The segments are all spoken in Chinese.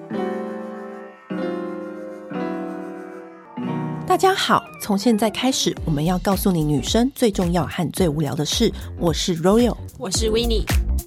大家好，从现在开始，我们要告诉你女生最重要和最无聊的事。我是 Royal， 我是 Winnie。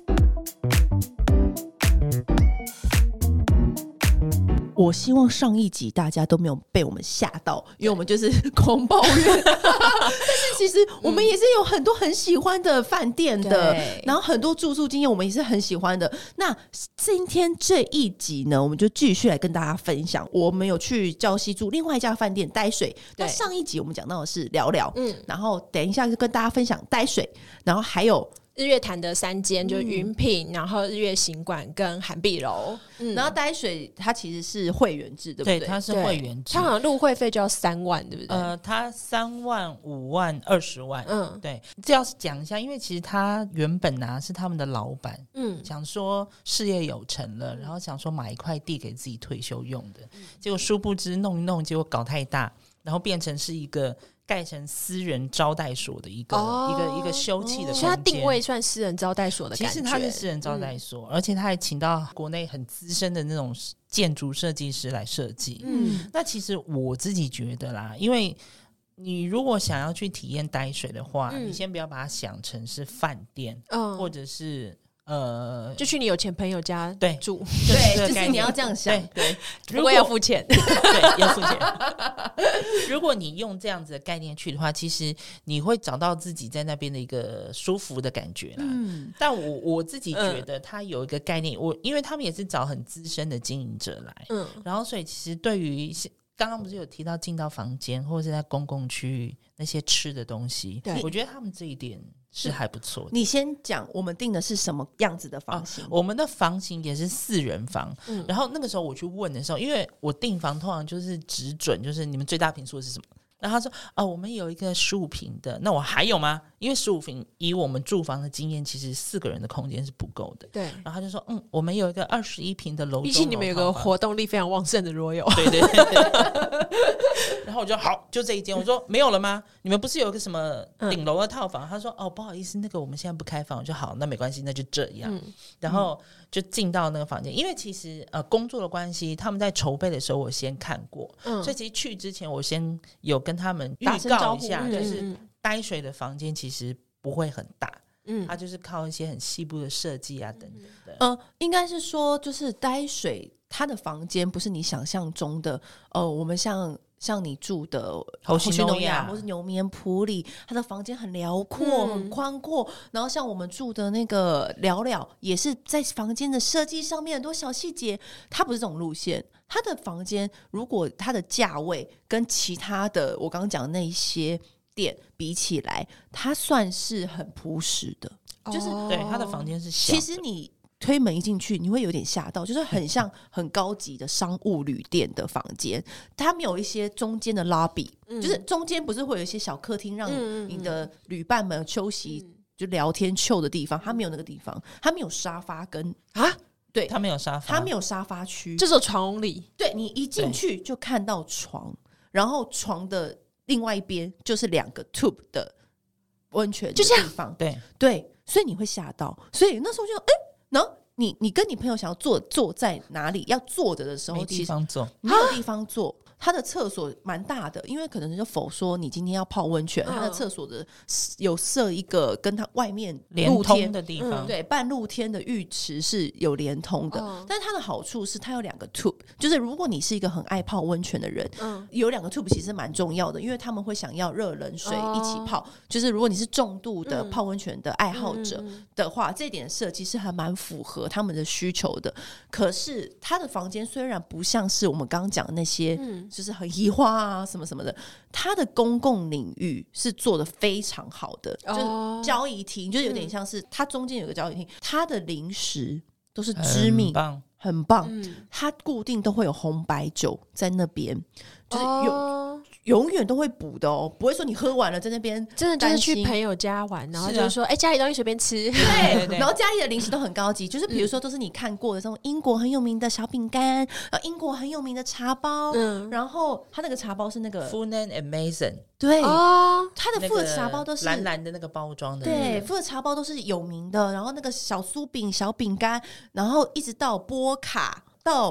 我希望上一集大家都没有被我们吓到，因为我们就是狂抱怨但是其实我们也是有很多很喜欢的饭店的，然后很多住宿经验我们也是很喜欢的。那今天这一集呢，我们就继续来跟大家分享，我们有去礁溪住另外一家饭店呆水。那上一集我们讲到的是聊聊，然后等一下就跟大家分享呆水，然后还有日月潭的3间，就是云品，然后日月行馆跟涵碧楼。 然后呆水它其实是会员制，对不对？ 对，它是会员制， 它好像入会费就要3万，对不对？ 它3万、5万、20万。对，这要是讲一下，因为其实他原本是他们的老板，想说事业有成了，然后想说买一块地给自己退休用的，结果殊不知弄一弄，结果搞太大，然后变成是一个盖成私人招待所的一个休憩的空间， 所以它定位算私人招待所的感觉。 其实它是私人招待所，而且它还请到国内很资深的那种建筑设计师来设计。那其实我自己觉得啦，因为你如果想要去体验呆水的话，你先不要把它想成是饭店，或者是就去你有钱朋友家住， 对，就是你要这样想，对， 不过要付钱， 对，要付钱。如果你用这样子的概念去的话，其实你会找到自己在那边的一个舒服的感觉啦。但我自己觉得它有一个概念，因为他们也是找很资深的经营者来，然后所以其实对于刚刚不是有提到进到房间或者是在公共区域那些吃的东西，我觉得他们这一点是还不错的。 你先讲我们订的是什么样子的房型？ 我们的房型也是4人房，然后那个时候我去问的时候，因为我订房通常就是只准就是你们最大坪数是什么，然后他说我们有一个15坪的，那我还有吗？因为15坪以我们住房的经验，其实4个人的空间是不够的。 对， 然后他就说我们有一个21坪的楼中楼， 毕竟你们有个活动力非常旺盛的 Royal。 对对对然后我就好，就这一间。我说没有了吗？你们不是有一个什么顶楼的套房？他说不好意思，那个我们现在不开房。我就好，那没关系，那就这样。然后就进到那个房间，因为其实工作的关系，他们在筹备的时候我先看过，所以其实去之前我先有跟他们预告一下，就是呆水的房间其实不会很大，它就是靠一些很细部的设计啊等等的。 应该是说就是呆水它的房间不是你想象中的我们像你住的侯西诺亚或是牛眠埔里，它的房间很辽阔很宽阔，然后像我们住的那个聊聊也是在房间的设计上面很多小细节，它不是这种路线。它的房间如果它的价位跟其他的我刚刚讲的那一些店比起来，它算是很朴实的，就是对，它的房间是小的。 其实你推门一进去你会有点吓到，就是很像很高级的商务旅店的房间，他们有一些中间的 lobby，就是中间不是会有一些小客厅让你的旅伴们休息就聊天chill的地方，他没有那个地方，他没有沙发跟对， 他没有沙发， 他没有沙发区， 这是床里， 对，你一进去就看到床，然后床的另外一边就是2个 tube 的温泉的地方，对，所以你会吓到，所以那时候就然后你跟你朋友想要坐在哪里要坐着的时候， 没地方坐， 没有地方坐。他的厕所蛮大的，因为可能就否说你今天要泡温泉，他的厕所的有设一个跟他外面连通的地方， 对，半露天的浴池是有连通的。但是它的好处是它有2个 tube， 就是如果你是一个很爱泡温泉的人，有2个 tube 其实蛮重要的，因为他们会想要热冷水一起泡，就是如果你是重度的泡温泉的爱好者的话，这点设计是还蛮符合他们的需求的。可是他的房间虽然不像是我们刚刚讲的那些就是很移花啊什么什么的，它的公共领域是做的非常好的，就是交易厅，就有点像是它中间有个交易厅，它的零食都是知名很棒，它固定都会有红白酒在那边，就是永远都会补的哦，不会说你喝完了在那边真的就是去朋友家玩，然后就是说家里东西随便吃， 对，然后家里的零食都很高级，就是比如说都是你看过的这种英国很有名的小饼干，英国很有名的茶包，然后它那个茶包是那个 Funan and Mason， 对它的附的茶包都是蓝蓝的那个包装的， 对，附的茶包都是有名的，然后那个小酥饼小饼干，然后一直到波卡到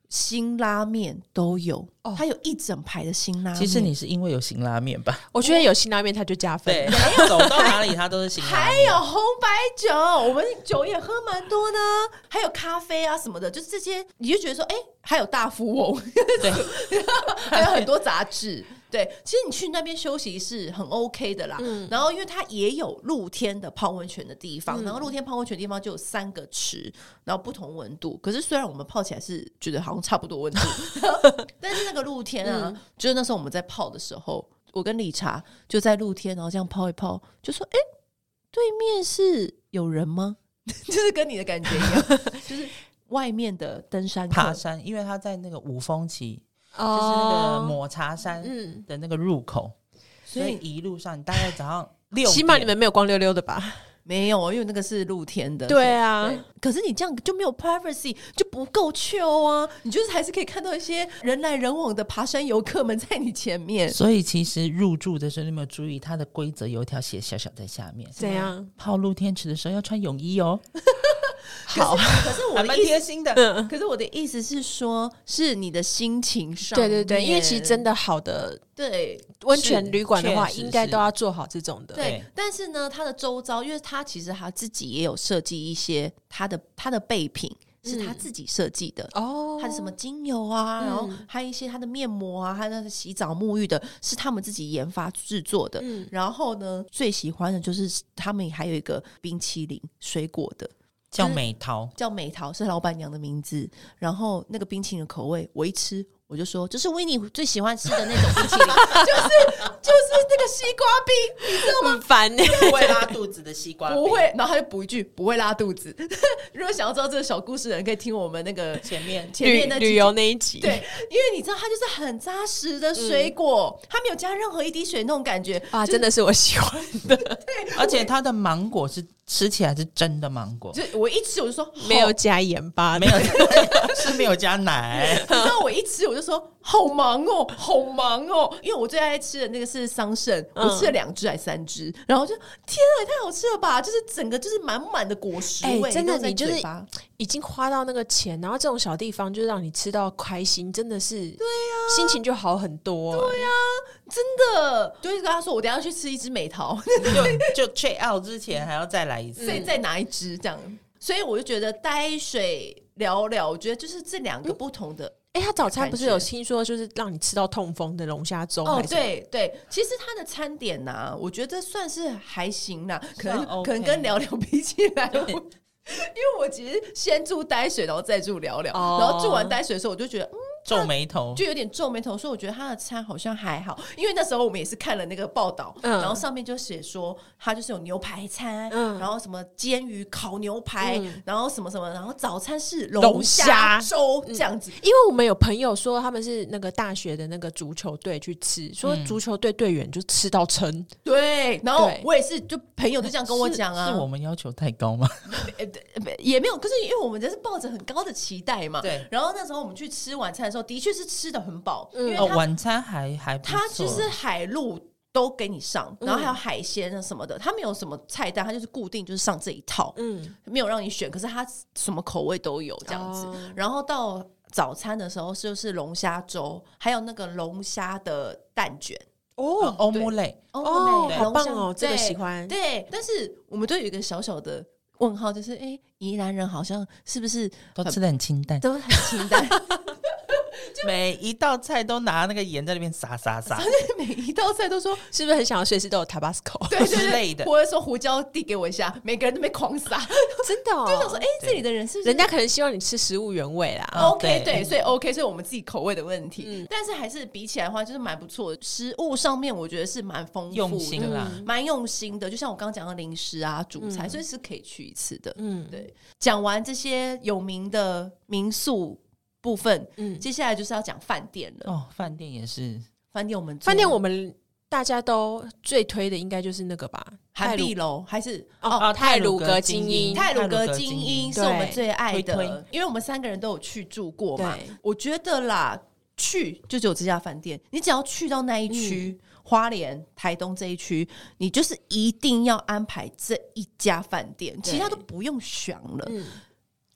辛拉面都有，它有一整排的辛拉面。 其实你是因为有辛拉面吧？ 我觉得有辛拉面它就加分。 对，走到哪里它都是辛拉面。 还有红白酒，我们酒也喝蛮多的，还有咖啡啊什么的，就是这些，你就觉得说，还有大富翁， 对， 还有很多杂志。对，其实你去那边休息是很 OK 的啦。然后因为它也有露天的泡温泉的地方，然后露天泡温泉的地方就有3个池，然后不同温度。可是虽然我们泡起来是觉得好像差不多温度，但是那个露天啊，就是那时候我们在泡的时候，我跟理查就在露天，然后这样泡一泡，就说：“对面是有人吗？”就是跟你的感觉一样，就是外面的登山客爬山，因为他在那个五峰旗。就是那个抹茶山的那个入口，所以一路上你大概早上6点， 起码你们没有光溜溜的吧？ 没有，因为那个是露天的。 对啊， 可是你这样就没有 privacy， 就不够 chill 啊！你就是还是可以看到一些人来人往的爬山游客们在你前面。 所以其实入住的时候，你有没有注意它的规则有一条写小小在下面？ 怎样？ 泡露天池的时候要穿泳衣哦。 好，可是我的蛮贴心的。 可是我的意思是说，是你的心情上， 对，因为其实真的好的对温泉旅馆的话，应该都要做好这种的。 对，但是呢，它的周遭，因为它其实他自己也有设计一些它的备品。是他自己设计的他的什么精油啊，然后还有一些他的面膜啊，还有他的洗澡沐浴的，是他们自己研发制作的。然后呢，最喜欢的就是他们还有一个冰淇淋水果的， 叫美桃， 叫美桃是老板娘的名字。然后那个冰淇淋的口味，我一吃我就说，这是维尼最喜欢吃的那种冰淇淋，就是那个西瓜冰，你知道吗？ 很烦不会拉肚子的西瓜冰， 不会。然后他就补一句，不会拉肚子。如果想要知道这个小故事的人，可以听我们那个前面那旅游那一集。 对，因为你知道它就是很扎实的水果，它没有加任何一滴水那种感觉啊，真的是我喜欢的。 对，而且它的芒果是吃起来是真的芒果， 就我一吃我就说没有加盐巴， 没有是没有加奶。 你知道我一吃我就说好忙哦，好忙哦，因为我最爱吃的那个是桑葚，我吃了2只还3只，然后就天啊，也太好吃了吧！就是整个就是满满的果实味， 真的你就是已经花到那个钱，然后这种小地方就让你吃到开心，真的是对啊，心情就好很多。 对啊，真的，就是跟他说我等一下去吃一只美桃， 就 check out 之前还要再来一次， 再拿一只这样。所以我就觉得呆水聊聊，我觉得就是这2个不同的。 他早餐不是有听说就是让你吃到痛风的龙虾粥？ 对对，其实他的餐点啊，我觉得算是还行啦，可能跟聊聊比起来。因为我其实先住呆水，然后再住聊聊，然后住完呆水的时候，我就觉得皱眉头， 就有点皱眉头，所以我觉得他的餐好像还好。因为那时候我们也是看了那个报道，然后上面就写说他就是有牛排餐，然后什么煎鱼烤牛排，然后什么什么，然后早餐是龙虾粥这样子。 因为我们有朋友说他们是那个大学的那个足球队去吃，说足球队队员就吃到撑。 对，然后我也是，就朋友就这样跟我讲啊， 是我们要求太高吗？ 也没有，可是因为我们就是抱着很高的期待嘛。 对， 然后那时候我们去吃晚餐的时候，的确是吃的很饱，因为晚餐还不错， 它就是海陆都给你上，然后还有海鲜啊什么的，它没有什么菜单，它就是固定就是上这一套，没有让你选，可是它什么口味都有这样子。然后到早餐的时候就是龙虾粥，还有那个龙虾的蛋卷。 欧姆类， 好棒哦，这个喜欢。 对，但是我们都有一个小小的问号，就是宜兰人好像是不是都吃得很清淡， 都很清淡。 每一道菜都拿那个盐在那边撒， 每一道菜都说是不是很想要随时都有 Tabasco 对之类的， 或者说胡椒递给我一下，每个人都被狂撒， 真的就想说这里的人是不是人家可能希望你吃食物原味啦。 OK 对，所以 OK， 所以我们自己口味的问题，但是还是比起来的话，就是蛮不错的。食物上面我觉得是蛮丰富的， 用心啦， 蛮用心的。就像我刚刚讲的零食啊、主菜，所以是可以去一次的。对。讲完这些有名的民宿部分，接下来就是要讲饭店了。 饭店也是， 饭店我们大家都最推的应该就是那个吧， 涵碧楼还是太鲁阁精英？ 太鲁阁精英是我们最爱的，因为我们3个人都有去住过嘛。我觉得啦，去就只有这家饭店，你只要去到那一区。花莲、台东这一区，你就是一定要安排这一家饭店，其他都不用想了。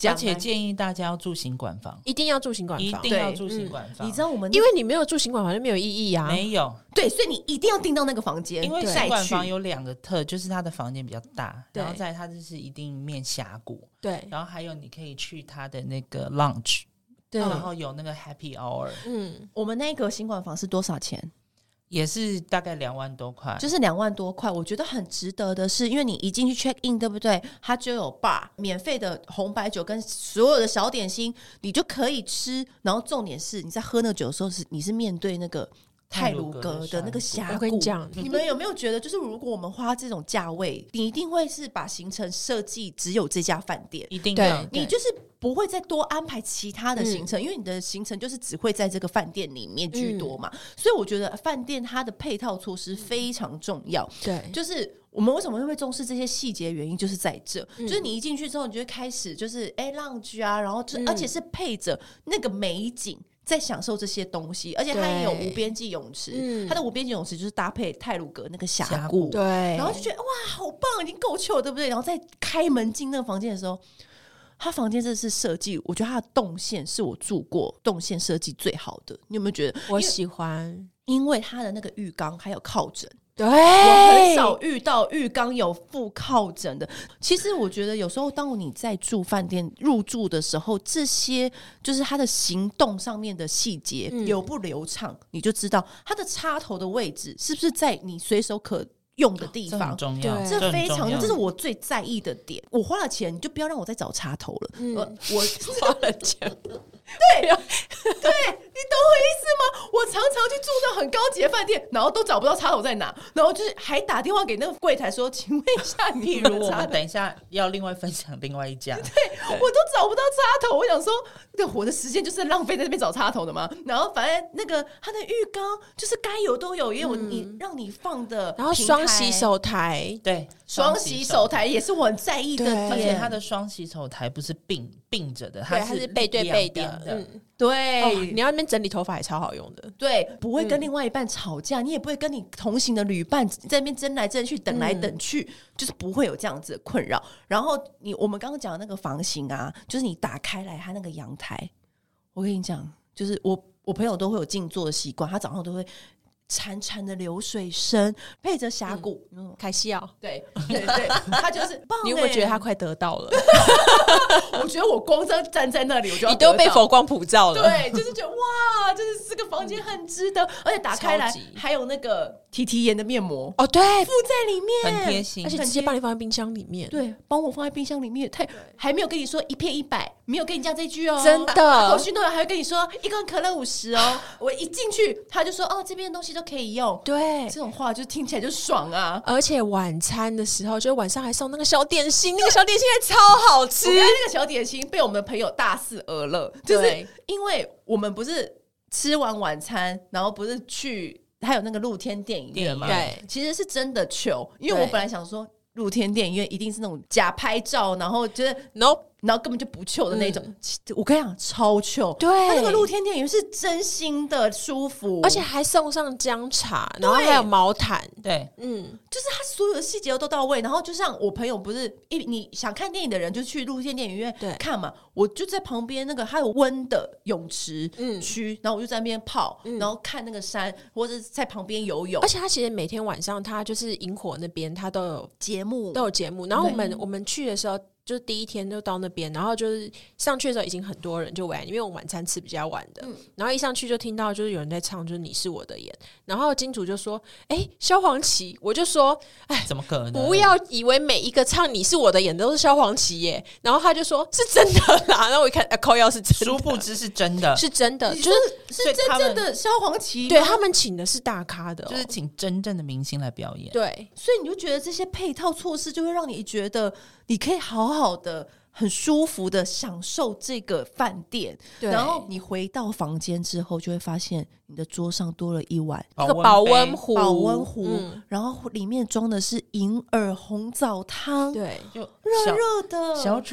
而且建议大家要住行管房， 一定要住行管房， 一定要住行管房。 你知道我们因为你没有住行管房就没有意义啊， 没有， 对，所以你一定要订到那个房间， 因为行管房有2个特，就是它的房间比较大，然后再它就是一定面峡谷， 对， 然后还有你可以去它的那个 lounge， 对，然后有那个 happy hour。 我们那个行管房是多少钱？ 也是大概2万多块， 就是2万多块。我觉得很值得的是，因为你一进去 check in， 对不对？它就有 bar 免费的红白酒跟所有的小点心，你就可以吃。然后重点是你在喝那个酒的时候，你是面对那个太鲁阁的那个峡谷。 我跟你讲， 你们有没有觉得，就是如果我们花这种价位，你一定会是把行程设计只有这家饭店， 一定的， 你就是不会再多安排其他的行程，因为你的行程就是只会在这个饭店里面居多嘛。所以我觉得饭店它的配套措施非常重要。 对， 就是我们为什么会重视这些细节，原因就是在这，就是你一进去之后，你就会开始就是lounge 啊，然后而且是配着那个美景。在享受这些东西，而且它也有无边际泳池，它的无边际泳池就是搭配太鲁阁那个峡谷， 对， 然后就觉得哇，好棒，已经够糗了，对不对？然后再开门进那个房间的时候，他房间这是设计，我觉得他的动线是我住过动线设计最好的。你有没有觉得？ 我喜欢， 因为他的那个浴缸还有靠枕。 对， 我很少遇到浴缸有附靠枕的。其实我觉得有时候当你在住饭店入住的时候，这些就是他的行动上面的细节流不流畅，你就知道他的插头的位置是不是在你随手可用的地方， 这很重要， 这非常重要，这是我最在意的点。我花了钱，你就不要让我再找插头了。我花了钱， 对，你懂我意思吗？我常常去住那很高级的饭店，然后都找不到插头在哪，然后就是还打电话给那个柜台说：“请问一下， 譬如我们等一下要另外分享另外一家， 对我都找不到插头。我想说，我的时间就是浪费在那边找插头的嘛。然后反正那个它的浴缸就是该有都有，也有你让你放的， 然后双洗手台， 对， 双洗手台也是我很在意的点， 而且它的双洗手台不是并着的，它是背对背的， 对， 你要那边整理头发也超好用的， 对，不会跟另外一半吵架，你也不会跟你同行的旅伴在那边争来争去、等来等去，就是不会有这样子的困扰。然后我们刚刚讲的那个房型啊，就是你打开来，它那个阳台，我跟你讲，就是我朋友都会有静坐的习惯，他早上都会潺潺的流水声，配着峡谷， 凯西奥， 对，他就是棒。 你有没有觉得他快得到了？ 我觉得我光站在那里，我就要你都被佛光普照了。 对，就是觉得哇，就是这个房间很值得，而且打开来还有那个提颜的面膜哦，对， 附在里面， 很贴心， 而且直接帮你放在冰箱里面。 对，帮我放在冰箱里面，还没有跟你说1片100，没有跟你讲这句哦， 真的。 后续都有还会跟你说1罐可乐50哦。我一进去，他就说哦，这边的东西都可以用。 对， 这种话就听起来就爽啊！ 而且晚餐的时候，就晚上还送那个小点心，那个小点心还超好吃。 我跟那个小点心被我们的朋友大肆而乐，就是因为我们不是吃完晚餐，然后不是去还有那个露天电影院嘛？ 对， 其实是真的糗，因为我本来想说露天电影院一定是那种假拍照，然后就是 no。 然后根本就不糗的那种，我跟你讲超糗。 对， 他那个露天电影院是真心的舒服， 而且还送上姜茶，然后还有毛毯。 对， 就是他所有的细节都到位。然后就像我朋友不是你想看电影的人就去露天电影院看嘛，我就在旁边那个还有温的泳池区，然后我就在那边泡，然后看那个山，或者在旁边游泳。 而且他其实每天晚上他就是萤火那边他都有节目，然后我们去的时候。就是第一天就到那边，然后就是上去的时候已经很多人就围，因为我晚餐吃比较晚的，然后一上去就听到就是有人在唱，就是你是我的眼，然后金主就说：“萧煌奇。”我就说：“哎， 怎么可能？ 不要以为每一个唱你是我的眼的都是萧煌奇耶。”然后他就说：“是真的啦。”然后我一看，扣腰是真的， 殊不知是真的， 是真的， 就是真正的萧煌奇。 对，他们请的是大咖的， 就是请真正的明星来表演。 对， 所以你就觉得这些配套措施就会让你觉得你可以好好的很舒服的享受这个饭店，然后你回到房间之后就会发现你的桌上多了一碗那个保温壶， 然后里面装的是银耳红枣汤， 对， 就热热的。 小主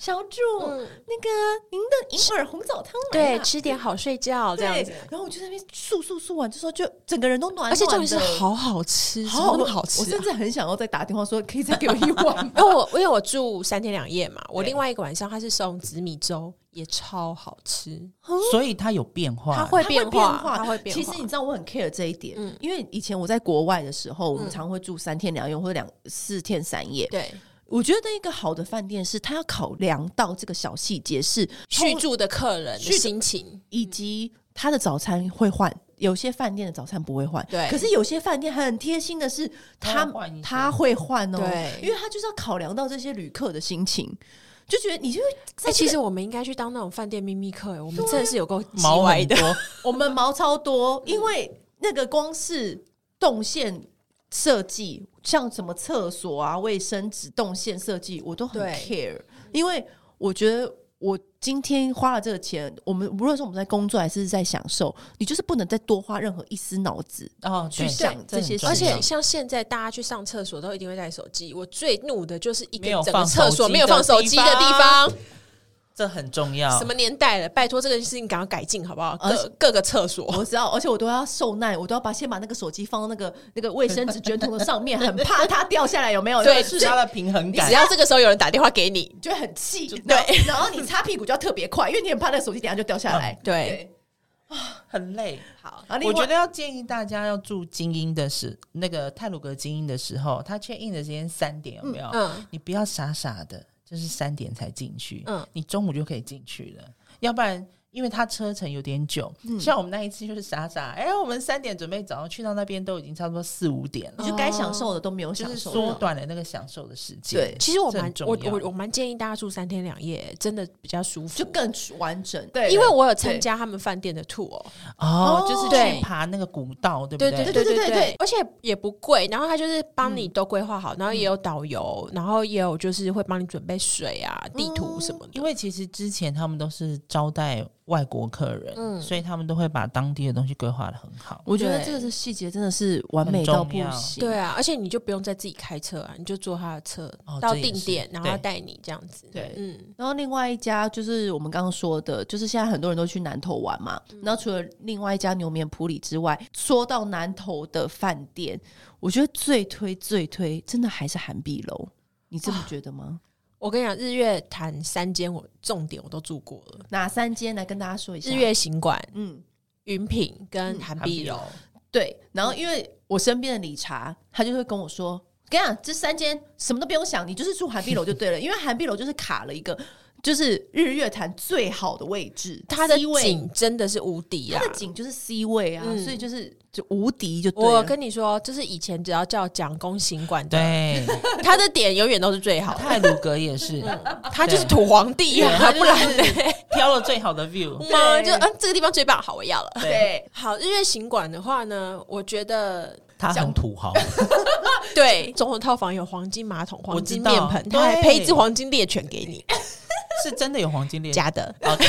小主，那个您的银耳红枣汤对，吃点好睡觉这样子。 然后我就在那边漱完之后，就整个人都暖暖的， 而且重点是好好吃，好好吃。 我甚至很想要再打电话说，可以再给我1碗吗？ 因为我住3天2夜嘛，我另外一个晚上他是送紫米粥，也超好吃。 所以它有变化， 它会变化，它会变化。 其实你知道我很 care 这一点，因为以前我在国外的时候，我们常会住3天2夜或者4天3夜。 对。 我觉得一个好的饭店是它要考量到这个小细节，是续住的客人的心情， 以及他的早餐会换。有些饭店的早餐不会换， 对。 可是有些饭店很贴心的是，他会换哦， 对， 因为他就是要考量到这些旅客的心情，就觉得你就会其实我们应该去当那种饭店秘密客，我们真的是有够毛歪的， 我们毛超多，因为那个光是动线设计，像什么厕所啊、卫生纸动线设计，我都很 care， 因为我觉得我今天花了这个钱，我们无论是我们在工作还是在享受，你就是不能再多花任何一丝脑子去想这些事情。 而且像现在大家去上厕所都一定会带手机，我最怒的就是一个整个厕所没有放手机的地方。 这很重要。 什么年代了？拜托这个事情赶快改进好不好？各个厕所我知道，而且我都要受难，我都要先把那个手机放到那个卫生纸卷筒的上面，很怕它掉下来，有没有？ 对， 是它的平衡感。 只要这个时候有人打电话给你， 就会很气。 对， 然后你擦屁股就要特别快，因为你很怕那个手机等一下就掉下来。 对。 很累。 好， 我觉得要建议大家要住精英的那个太鲁阁精英的时候，他check in的时间3点，有没有？你不要傻傻的。就是3点才进去，你中午就可以进去了，要不然因为他车程有点久，像我们那一次就是傻傻，我们3点准备早上去到那边都已经差不多4、5点了， 就该享受的都没有享受， 就是缩短了那个享受的时间。 对， 其实我蛮建议大家住3天2夜，真的比较舒服， 就更完整。对， 因为我有参加他们饭店的 tour 就是去爬那个古道，对不对？ 对，而且也不贵，然后他就是帮你都规划好，然后也有导游，然后也有就是会帮你准备水啊、地图什么的。 因为其实之前他们都是招待外国客人，所以他们都会把当地的东西规划得很好。 我觉得这个细节真的是完美到不行。 对啊，而且你就不用再自己开车啊，你就坐他的车到定点，然后他带你这样子。 对，然后另外一家就是我们刚刚说的，就是现在很多人都去南投玩嘛。然后除了另外一家牛眠普里之外，说到南投的饭店，我觉得最推真的还是涵碧楼。你这么觉得吗？ 我跟你讲，日月潭3间重点我都住过了。 哪3间来跟大家说一下？ 日月行馆、云品跟涵碧楼。 对，然后因为我身边的理查，他就会跟我说：“跟你讲，这3间什么都不用想，你就是住涵碧楼就对了，因为涵碧楼就是卡了一个。”就是日月潭最好的位置， 它的景真的是无敌啊！ 它的景就是 C 位啊，所以就无敌就对了。 我跟你说，就是以前只要叫蒋公行馆的， 对， 他的点永远都是最好的。 太鲁阁也是， 他就是土皇帝啊，不然挑了最好的 view， 就这个地方最棒，好，我要了。 对， 好，日月行馆的话呢，我觉得它很土豪。 对，总统套房有黄金马桶、黄金面盆，他还配一只黄金猎犬给你。 是真的有黄金猎假的 ，OK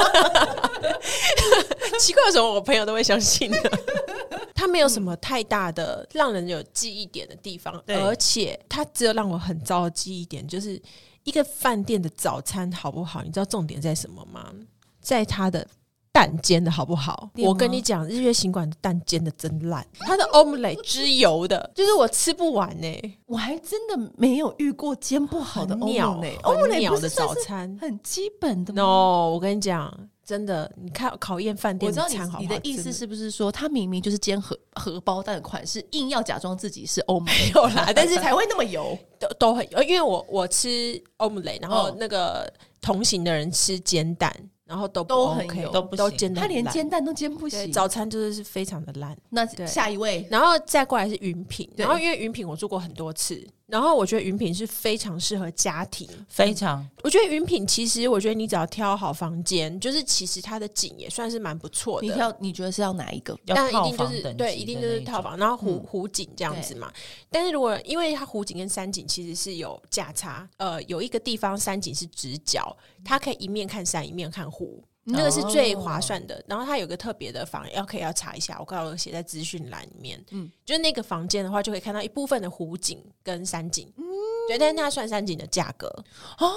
奇怪，为什么我朋友都会相信呢？它没有什么太大的让人有记忆点的地方，而且它只有让我很糟的记忆点，就是一个饭店的早餐好不好？你知道重点在什么吗？在它的蛋煎的好不好？我跟你讲，日月行馆的蛋煎的真烂，它的 omelette 之油的，就是我吃不完欸。 我还真的没有遇过煎不好的 omelette 不是早餐， 很基本的吗？ No， 我跟你讲，真的，你考验饭店的餐好不好？ 你的意思是不是说，他明明就是煎荷包蛋的款式，硬要假装自己是 omelette 没有啦，但是才会那么油， 都很油。因为我吃 omelette， 然后那个同行的人吃煎蛋。然后都很油， 都煎的， 他连煎蛋都煎不行。 早餐就是非常的烂。 那下一位， 然后再过来是云品，然后因为云品我住过很多次，然后我觉得云品是非常适合家庭， 非常。 我觉得云品其实，我觉得你只要挑好房间，就是其实它的景也算是蛮不错的。 你觉得是要哪一个？ 但一定就是对，一定就是套房，然后湖景这样子嘛。但是如果因为它湖景跟山景其实是有价差，有一个地方山景是直角，它可以一面看山一面看湖。那个是最划算的，然后它有个特别的房，可以要查一下，我刚刚写在资讯栏里面。就是那个房间的话，就可以看到一部分的湖景跟山景，对，但是它算山景的价格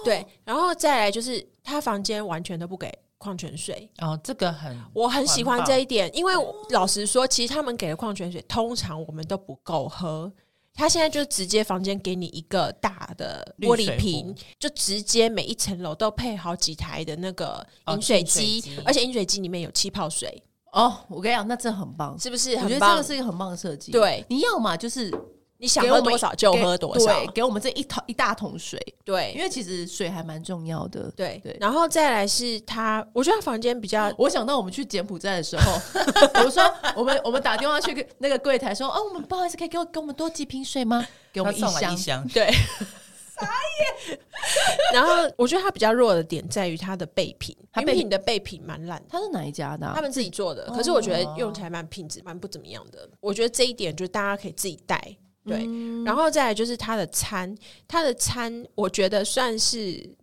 对，然后再来就是他房间完全都不给矿泉水哦，这个我很喜欢这一点，因为老实说，其实他们给的矿泉水通常我们都不够喝。他现在就直接房间给你一个大的玻璃瓶，就直接每一层楼都配好几台的那个饮水机，而且饮水机里面有气泡水。 哦，我跟你讲，那这很棒， 是不是很棒？ 我觉得这个是一个很棒的设计。 对， 你要嘛就是你想喝多少就喝多少， 对，给我们这一大桶水。 对， 因为其实水还蛮重要的。 对，然后再来是我觉得他房间比较， 我想到我们去柬埔寨的时候，我说我们打电话去那个柜台说，哦，我们不好意思，可以给我们多几瓶水吗？给我们一箱。 对。傻眼。然后我觉得它比较弱的点在于它的备品，饮品的备品蛮烂的。 它是哪一家的？ 他们自己做的，可是我觉得用起来品质蛮不怎么样的。我觉得这一点就大家可以自己带。对，然后再来就是它的餐我觉得算是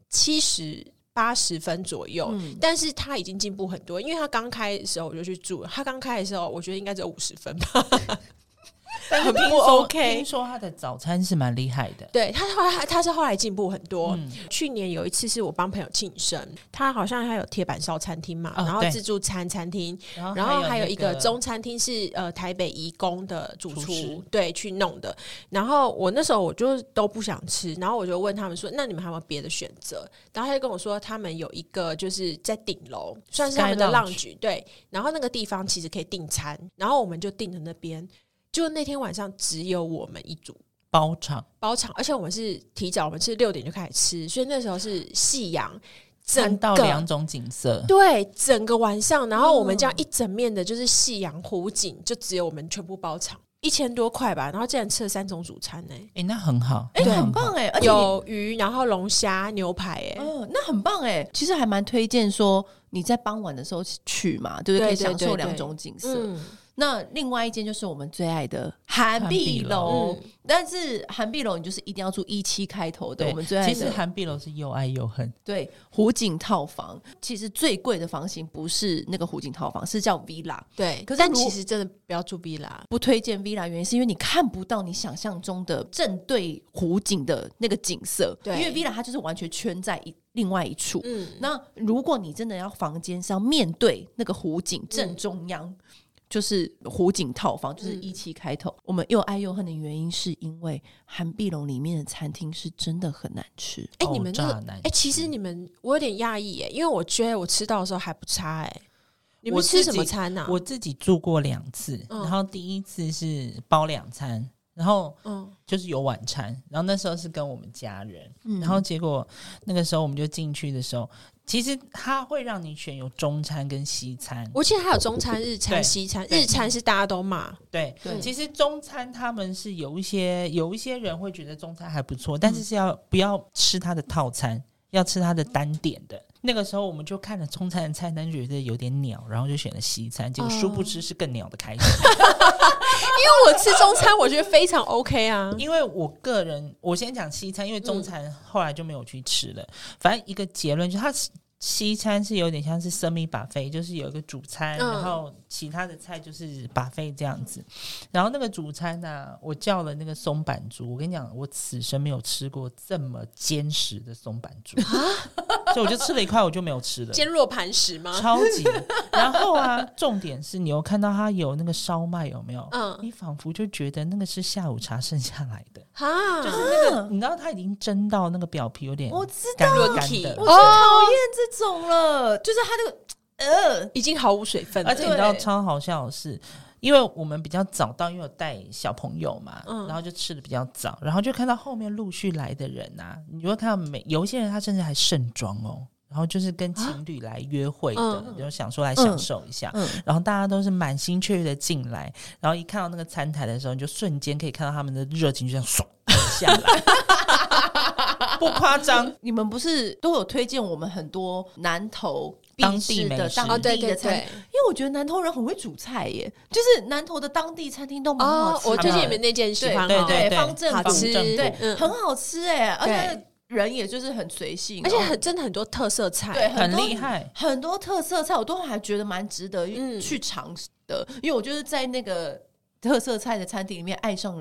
70-80分左右，但是它已经进步很多，因为它刚开的时候我就去住了，它刚开的时候我觉得应该只有50分吧。 很不 OK。听说他的早餐是蛮厉害的， 对，他是后来进步很多。去年有一次是我帮朋友庆生，他好像还有铁板烧餐厅嘛，然后自助餐厅，然后还有一个中餐厅是台北移工的主厨对去弄的。然后我那时候我就都不想吃，然后我就问他们说，那你们还有没有别的选择？然后他就跟我说，他们有一个就是在顶楼，算是他们的lounge，对，然后那个地方其实可以订餐，然后我们就订了那边。就那天晚上只有我们一组包场， 而且我们是提早，我们是6点就开始吃，所以那时候是夕阳， 看到2种景色， 对，整个晚上，然后我们这样一整面的就是夕阳湖景，就只有我们全部包场，1000多块吧，然后竟然吃了3种主餐呢， 那很好， 很棒哎， 有鱼，然后龙虾、牛排哎， 那很棒哎，其实还蛮推荐说你在傍晚的时候去嘛，对不对？可以享受2种景色。那另外一间就是我们最爱的韩碧楼，但是韩碧楼你就是一定要住17开头的，我们最爱的。 其实韩碧楼是又爱又恨。 对，湖景套房其实最贵的房型不是那个湖景套房，是叫 villa。 对，但其实真的不要住 villa， 不推荐 villa， 原因是因为你看不到你想象中的正对湖景的那个景色。对，因为 villa 它就是完全圈在另外一处。那如果你真的要房间是要面对那个湖景正中央。就是湖景套房，就是17开头。我们又爱又恨的原因是因为韩碧楼里面的餐厅是真的很难吃。 你们其实我有点讶异耶，因为我觉得我吃到的时候还不差哎。你们吃什么餐啊？ 我自己住过2次，然后第一次是包2餐。然后就是有晚餐，然后那时候是跟我们家人，然后结果那个时候我们就进去的时候，其实它会让你选有中餐跟西餐， 我记得还有中餐、日餐、西餐，日餐是大家都骂。 对，其实中餐他们是有一些人会觉得中餐还不错，但是不要吃它的套餐，要吃它的单点的。那个时候我们就看了中餐的菜单，觉得有点鸟，然后就选了西餐，结果殊不知是更鸟的开始。 因为我吃中餐我觉得非常 OK 啊， 因为我个人我先讲西餐，因为中餐后来就没有去吃了。反正一个结论就是它西餐是有点像是 semi buffet， 就是有一个主餐，然后其他的菜就是 buffet 这样子。然后那个主餐呢，我叫了那个松板猪，我跟你讲，我此生没有吃过这么坚实的松板猪，所以我就吃了1块，我就没有吃了。 坚若磐石吗？ 超级。然后啊，重点是你有看到它有那个烧麦有没有？你仿佛就觉得那个是下午茶剩下来的，就是那个你知道它已经蒸到那个表皮有点干干的， 我最讨厌这种了，就是它这个已经毫无水分了。 而且你知道超好笑的是，因为我们比较早到，因为有带小朋友嘛，然后就吃的比较早，然后就看到后面陆续来的人啊，你就会看到有一些人他甚至还盛装哦，然后就是跟情侣来约会的，就想说来享受一下，然后大家都是满心雀跃的进来，然后一看到那个餐台的时候，你就瞬间可以看到他们的热情就这样唰下来，不夸张。 你们不是都有推荐我们很多南投当地美食、 当地的餐厅，因为我觉得南投人很会煮菜耶，就是南投的当地餐厅都蛮好吃的。 我推荐你们那间喜欢， 对，方正好吃， 对，很好吃哎，而且人也就是很随性， 而且真的很多特色菜， 对， 很厉害， 很多特色菜我都还觉得蛮值得去尝的，因为我就是在那个特色菜的餐厅里面爱上了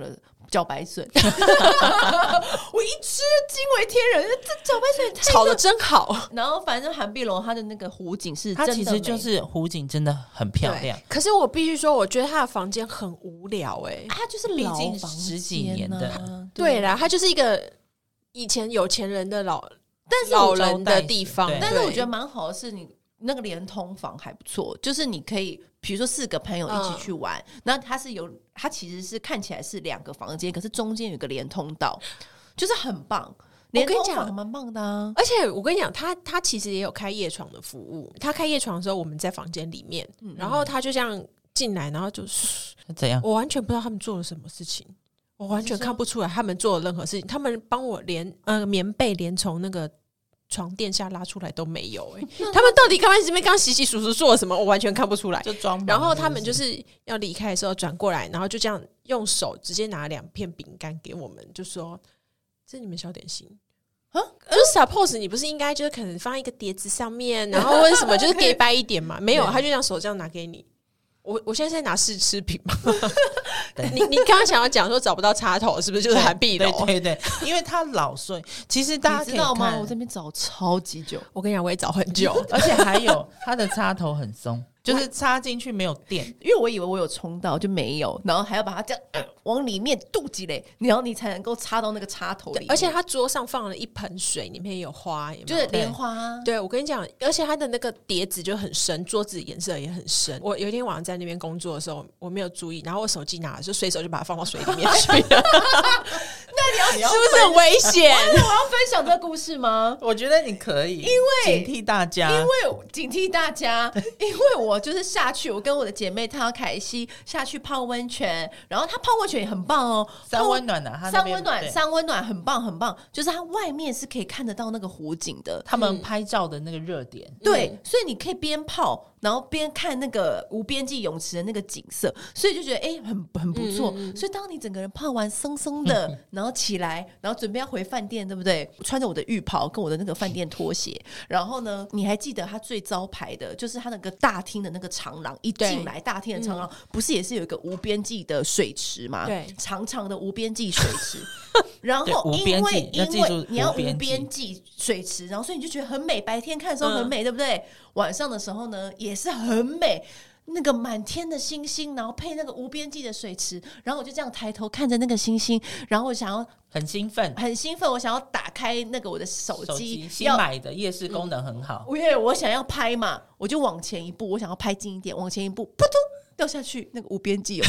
茭白笋，我一吃惊为天人，这茭白笋炒的真好。 然后反正韩碧楼它的那个湖景是真的美， 它其实就是湖景真的很漂亮。 可是我必须说，我觉得他的房间很无聊它就是老毕竟房 10几年的， 对啦，它就是一个以前有钱人的老人的地方。 但是我觉得蛮好的是，你那个连通房还不错，就是你可以比如说4个朋友一起去玩，那它其实是看起来是2个房间，可是中间有个连通道，就是很棒。连通房蛮棒的啊！ 而且我跟你讲，他其实也有开夜床的服务。他开夜床的时候，我们在房间里面，然后他就这样进来，然后就是怎样？ 我完全不知道他们做了什么事情，我完全看不出来他们做了任何事情。他们帮我连棉被连从那个床垫下拉出来都没有他们到底刚这边刚洗洗簌簌做了什么，我完全看不出来。 就装忙。 然后他们就是要离开的时候转过来，然后就这样用手直接拿2片饼干给我们，就说这是你们小点心啊，就是 suppose 你不是应该就是可能放一个碟子上面，然后为什么就是给掰一点嘛？没有，他就这样手这样拿给你。我现在在拿试吃品嘛？你刚刚想要讲说找不到插头，是不是就是韩碧楼？ 对，因为它老碎。其实大家可以看， 你知道吗？我这边找超级久， 我跟你讲，我也找很久， 而且还有它的插头很松。就是插进去没有电， 因为我以为我有充到就没有，然后还要把它这样往里面肚脐嘞，然后你才能够插到那个插头里面。 而且他桌上放了一盆水，里面有花，有没有就是莲花啊。 对，我跟你讲，而且他的那个碟子就很深，桌子颜色也很深。我有一天晚上在那边工作的时候，我没有注意，然后我手机拿了，就随手就把它放到水里面去了。 那你要是不是很危险？ 我要分享这个故事吗？ 我觉得你可以， 因为警惕大家， 因为我就是下去，我跟我的姐妹她凯西下去泡温泉，然后她泡温泉也很棒哦， 三温暖的， 三温暖很棒很棒，就是它外面是可以看得到那个湖景的， 他们拍照的那个热点， 对，所以你可以边泡然后边看那个无边际泳池的那个景色，所以就觉得很不错。所以当你整个人泡完松松的，然后起来，然后准备要回饭店，对不对？穿着我的浴袍跟我的那个饭店拖鞋，然后呢，你还记得他最招牌的就是他那个大厅的那个长廊，一进来大厅的长廊不是也是有一个无边际的水池吗？ 对， 长长的无边际水池。然后因为你要无边际水池，然后所以你就觉得很美，白天看的时候很美，对不对？晚上的时候呢也是很美，那个满天的星星，然后配那个无边际的水池，然后我就这样抬头看着那个星星，然后我想要很兴奋， 我想要打开那个我的手机， 新买的夜视功能很好， 因为我想要拍嘛，我就往前一步，我想要拍近一点，往前一步，扑通掉下去那个无边际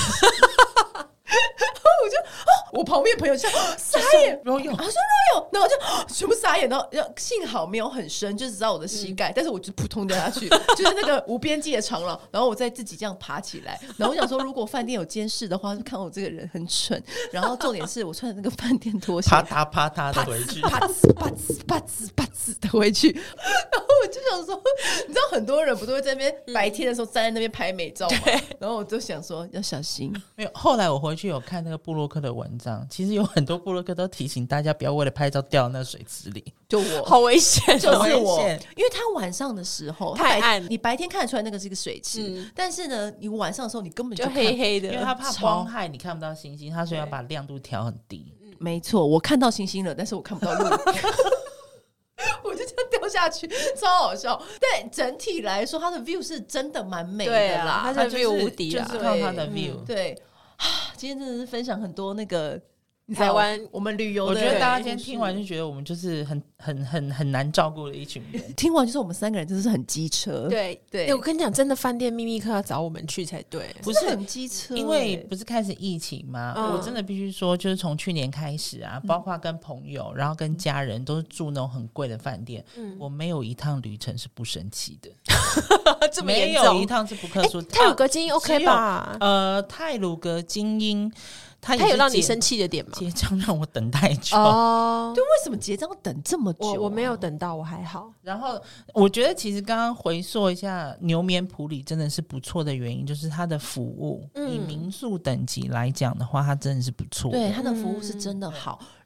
我就我旁边朋友就傻眼， 他说 Royal， 然后我就全部傻眼，然后幸好没有很深，就只到我的膝盖，但是我就扑通掉下去，就是那个无边际的长廊，然后我再自己这样爬起来，然后我想说，如果饭店有监视的话，就看我这个人很蠢，然后重点是我穿的那个饭店拖鞋， 啪嗒的回去， 啪呲的回去，然后我就想说，你知道很多人不都会在那边白天的时候站在那边拍美照吗？然后我就想说要小心。 没有，后来我回去有看那个部落客的文章，其实有很多部落客都提醒大家不要为了拍照掉那水池里， 就我好危险， 就是我，因为他晚上的时候太暗， 你白天看得出来那个是一个水池，但是呢，你晚上的时候你根本就黑黑的， 因为他怕光害你看不到星星，他说要把亮度调很低。 没错，我看到星星了，但是我看不到路。我就这样掉下去，超好笑。但整体来说，它的 view 是真的蛮美的啦， 它的 view 无敌啦， 就是靠它的 view。 对，今天真的是分享很多那个台湾我们旅游的， 我觉得大家今天听完就觉得我们就是很难照顾的一群人。 听完就是我们3个人真的是很机车， 对，我跟你讲，真的饭店秘密客要找我们去才对， 不是很机车， 因为不是开始疫情吗？我真的必须说，就是从去年开始啊，包括跟朋友，然后跟家人都是住那种很贵的饭店，我没有一趟旅程是不生气的， 这么严重， 没有一趟是不客诉。 太鲁阁精英 OK 吧？ 太鲁阁精英。他有让你生气的点吗？ 结账让我等太久哦，对，为什么结账等这么久？ 我没有等到，我还好。 然后我觉得其实刚刚回溯一下，牛眠普里真的是不错的原因，就是它的服务，以民宿等级来讲的话，它真的是不错的。 对，它的服务是真的好。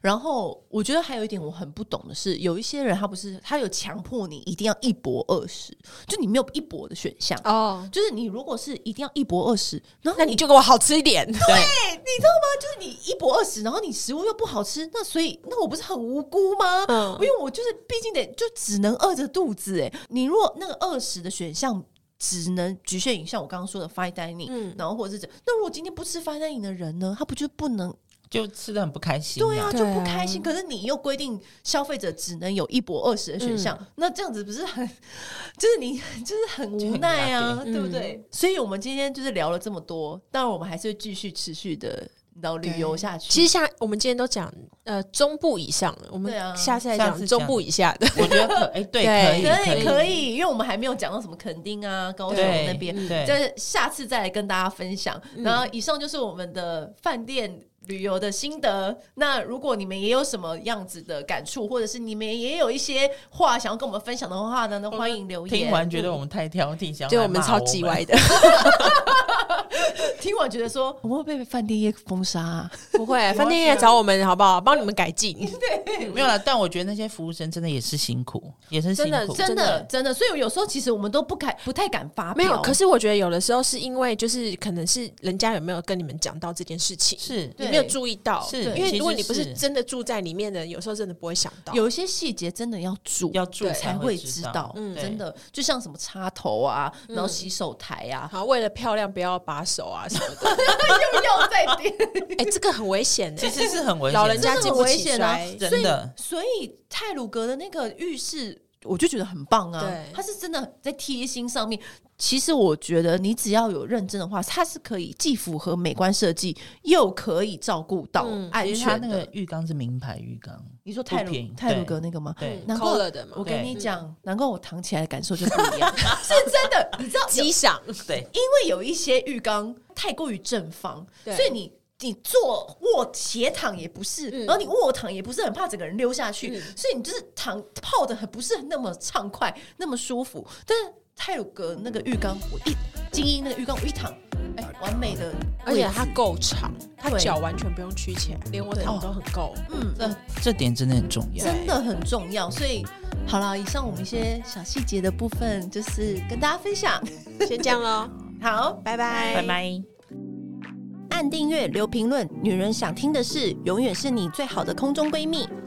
然后我觉得还有一点我很不懂的是，有一些人他有强迫你一定要一博20，就你没有一博的选项哦。就是你如果是一定要一博20，然后那你就给我好吃一点。对，你知道吗？就是你一博20，然后你食物又不好吃，那我不是很无辜吗？因为我就是毕竟就只能饿着肚子哎。你如果那个20的选项只能局限于像我刚刚说的 fine dining，然后或者是那如果今天不吃 fine dining 的人呢，他不就不能？ 就吃得很不开心， 对啊，就不开心。可是你又规定消费者只能有一博20的选项，那这样子不是很，就是你就是很无奈啊，对不对？所以我们今天就是聊了这么多，当然我们还是会继续持续的旅游下去。 其实像我们今天都讲中部以上，我们下次来讲中部以下的。 我觉得可以，因为我们还没有讲到什么垦丁啊、高雄那边，在下次再来跟大家分享。然后以上就是我们的饭店旅游的心得。那如果你们也有什么样子的感触，或者是你们也有一些话想要跟我们分享的话呢，欢迎留言。 听完觉得我们太挑剔，想对我们超级歪的。 听完觉得说我们会被饭店业封杀啊？ 不会，饭店业找我们好不好？帮你们改进。 对， 没有啦。但我觉得那些服务生真的也是辛苦，也是辛苦， 真的。所以有时候其实我们都不太敢发表。 没有，可是我觉得有的时候是因为就是可能是人家有没有跟你们讲到这件事情， 是你没有注意到， 是因为如果你不是真的住在里面的，有时候真的不会想到。 有一些细节真的要住才会知道，真的就像什么插头啊，然后洗手台啊， 好，为了漂亮不要把手啊什么的， 又要再点， 这个很危险， 其实是很危险， 老人家经不起摔， 真的。 所以太鲁阁的那个浴室，我就觉得很棒啊，它是真的在贴心上面。其实我觉得你只要有认真的话，它是可以既符合美观设计，又可以照顾到安全的。 它那个浴缸是名牌浴缸， 你说太鲁阁那个吗？ 对， 难怪我跟你讲，难怪我躺起来的感受就不一样，是真的。你知道激赏， 对， 因为有一些浴缸太过于正方，所以你卧斜躺也不是，然后你卧躺也不是，很怕整个人溜下去，所以你就是泡的不是那么畅快，那么舒服。但是太鲁阁那个浴缸，精英那个浴缸，我一躺，完美的， 而且它够长，它脚完全不用曲起来，连我躺都很够。 这点真的很重要， 真的很重要。所以好了，以上我们一些小细节的部分，就是跟大家分享， 先这样咯。 好， 拜拜， 拜拜。 按订阅，留评论，女人想听的事，永远是你最好的空中闺蜜。